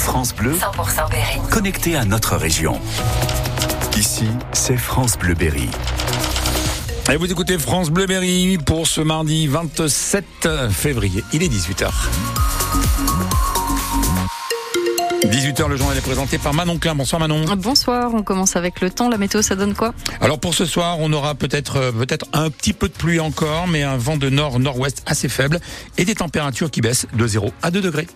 France Bleu, 100% Berry. connecté à notre région. Ici, c'est France Bleu Berry. Et vous écoutez France Bleu Berry pour ce mardi 27 février. Il est 18h. 18h, le journal est présenté par Manon Klein. Bonsoir Manon. Bonsoir, on commence avec le temps. La météo, ça donne quoi ? Alors pour ce soir, on aura peut-être un petit peu de pluie encore, mais un vent de nord-nord-ouest assez faible et des températures qui baissent de 0 à 2 degrés.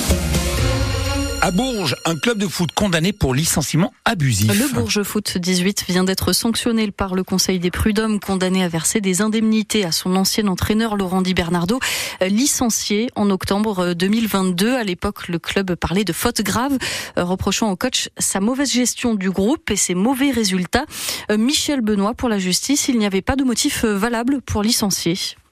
À Bourges, un club de foot condamné pour licenciement abusif. Le Bourges Foot 18 vient d'être sanctionné par le Conseil des prud'hommes, condamné à verser des indemnités à son ancien entraîneur Laurent Di Bernardo, licencié en octobre 2022. À l'époque, le club parlait de faute grave, reprochant au coach sa mauvaise gestion du groupe et ses mauvais résultats. Michel Benoît, pour la justice, il n'y avait pas de motif valable pour licencier.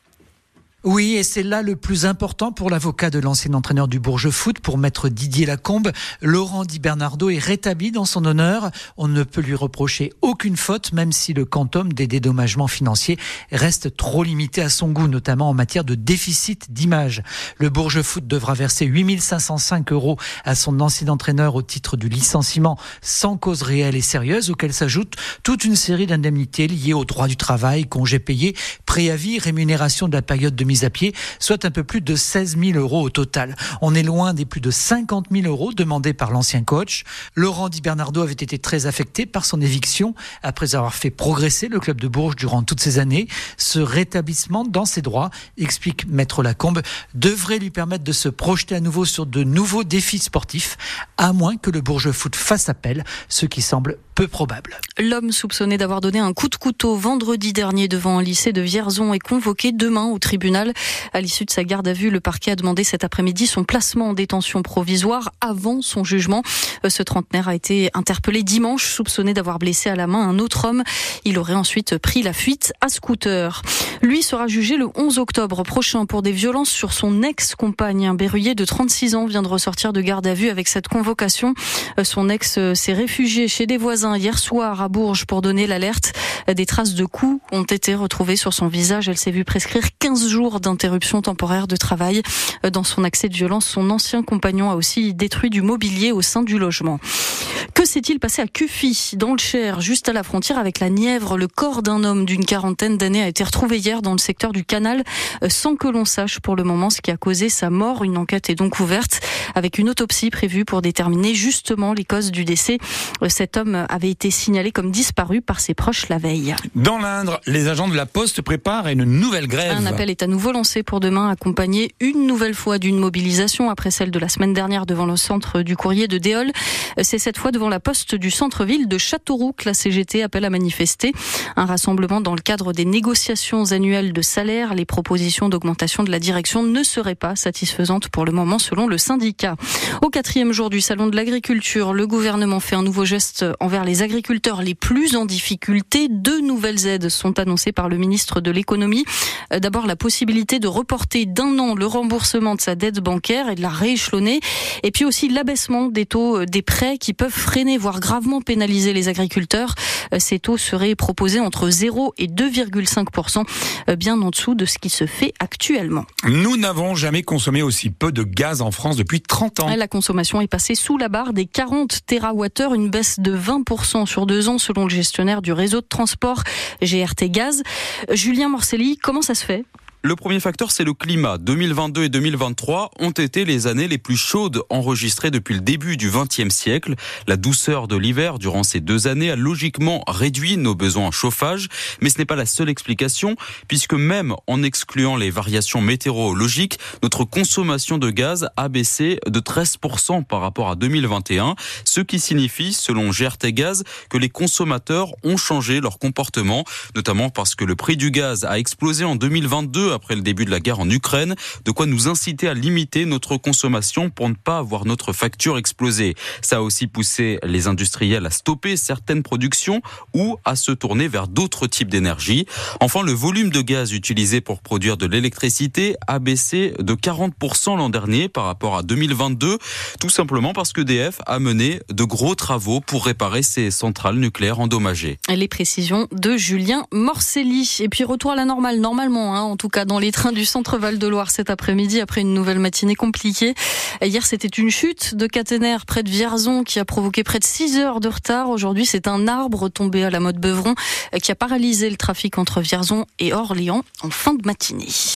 Oui, et c'est là le plus important pour l'avocat de l'ancien entraîneur du Bourges Foot, pour maître Didier Lacombe. Laurent Di Bernardo est rétabli dans son honneur. On ne peut lui reprocher aucune faute, même si le quantum des dédommagements financiers reste trop limité à son goût, notamment en matière de déficit d'image. Le Bourges Foot devra verser 8 505 € à son ancien entraîneur au titre du licenciement sans cause réelle et sérieuse, auquel s'ajoute toute une série d'indemnités liées au droit du travail, congés payés, préavis, rémunération de la période de mise à pied, soit un peu plus de 16 000 € au total. On est loin des plus de 50 000 € demandés par l'ancien coach. Laurent Di Bernardo avait été très affecté par son éviction après avoir fait progresser le club de Bourges durant toutes ces années. Ce rétablissement dans ses droits, explique maître Lacombe, devrait lui permettre de se projeter à nouveau sur de nouveaux défis sportifs, à moins que le Bourges Foot fasse appel, ce qui semble peu probable. L'homme soupçonné d'avoir donné un coup de couteau vendredi dernier devant un lycée de Vierzon est convoqué demain au tribunal. À l'issue de sa garde à vue, le parquet a demandé cet après-midi son placement en détention provisoire avant son jugement. Ce trentenaire a été interpellé dimanche, soupçonné d'avoir blessé à la main un autre homme. Il aurait ensuite pris la fuite à scooter. Lui sera jugé le 11 octobre prochain pour des violences sur son ex-compagne. Un Berruyer de 36 ans vient de ressortir de garde à vue avec cette convocation. Son ex s'est réfugié chez des voisins hier soir à Bourges pour donner l'alerte. Des traces de coups ont été retrouvées sur son visage. Elle s'est vue prescrire 15 jours d'interruption temporaire de travail. Dans son accès de violence, son ancien compagnon a aussi détruit du mobilier au sein du logement. Que s'est-il passé à Cuffy, dans le Cher, juste à la frontière avec la Nièvre? Le corps d'un homme d'une quarantaine d'années a été retrouvé hier dans le secteur du Canal, sans que l'on sache pour le moment ce qui a causé sa mort. Une enquête est donc ouverte, avec une autopsie prévue pour déterminer justement les causes du décès. Cet homme avait été signalé comme disparu par ses proches la veille. Dans l'Indre, les agents de la Poste préparent une nouvelle grève. Un appel est à nouveau lancé pour demain, accompagné une nouvelle fois d'une mobilisation après celle de la semaine dernière devant le centre du courrier de Déol. C'est cette fois devant la Poste du centre-ville de Châteauroux que la CGT appelle à manifester. Un rassemblement dans le cadre des négociations annuelles de salaire. Les propositions d'augmentation de la direction ne seraient pas satisfaisantes pour le moment selon le syndicat. Au 4e jour du salon de l'agriculture, le gouvernement fait un nouveau geste envers les agriculteurs les plus en difficulté. 2 nouvelles aides sont annoncées par le ministre de l'économie. D'abord, la possibilité de reporter d'1 an le remboursement de sa dette bancaire et de la rééchelonner. Et puis aussi l'abaissement des taux des prêts qui peuvent freiner, voire gravement pénaliser les agriculteurs. Ces taux seraient proposés entre 0 et 2,5%, bien en dessous de ce qui se fait actuellement. Nous n'avons jamais consommé aussi peu de gaz en France depuis 30 ans. La consommation est passée sous la barre des 40 TWh, une baisse de 20% sur 2 ans selon le gestionnaire du réseau de transport GRT Gaz. Julien Morcelli, comment ça se fait ? Le premier facteur, c'est le climat. 2022 et 2023 ont été les années les plus chaudes enregistrées depuis le début du XXe siècle. La douceur de l'hiver durant ces 2 années a logiquement réduit nos besoins en chauffage. Mais ce n'est pas la seule explication, puisque même en excluant les variations météorologiques, notre consommation de gaz a baissé de 13% par rapport à 2021. Ce qui signifie, selon GRT Gaz, que les consommateurs ont changé leur comportement, notamment parce que le prix du gaz a explosé en 2022 après le début de la guerre en Ukraine, de quoi nous inciter à limiter notre consommation pour ne pas avoir notre facture exploser. Ça a aussi poussé les industriels à stopper certaines productions ou à se tourner vers d'autres types d'énergie. Enfin, le volume de gaz utilisé pour produire de l'électricité a baissé de 40% l'an dernier par rapport à 2022, tout simplement parce qu'EDF a mené de gros travaux pour réparer ses centrales nucléaires endommagées. Les précisions de Julien Morcelli. Et puis retour à la normale, normalement, en tout cas cas dans les trains du centre Val-de-Loire cet après-midi après une nouvelle matinée compliquée. Hier, c'était une chute de caténaire près de Vierzon qui a provoqué près de 6 heures de retard. Aujourd'hui, c'est un arbre tombé à la Motte-Beuvron qui a paralysé le trafic entre Vierzon et Orléans en fin de matinée.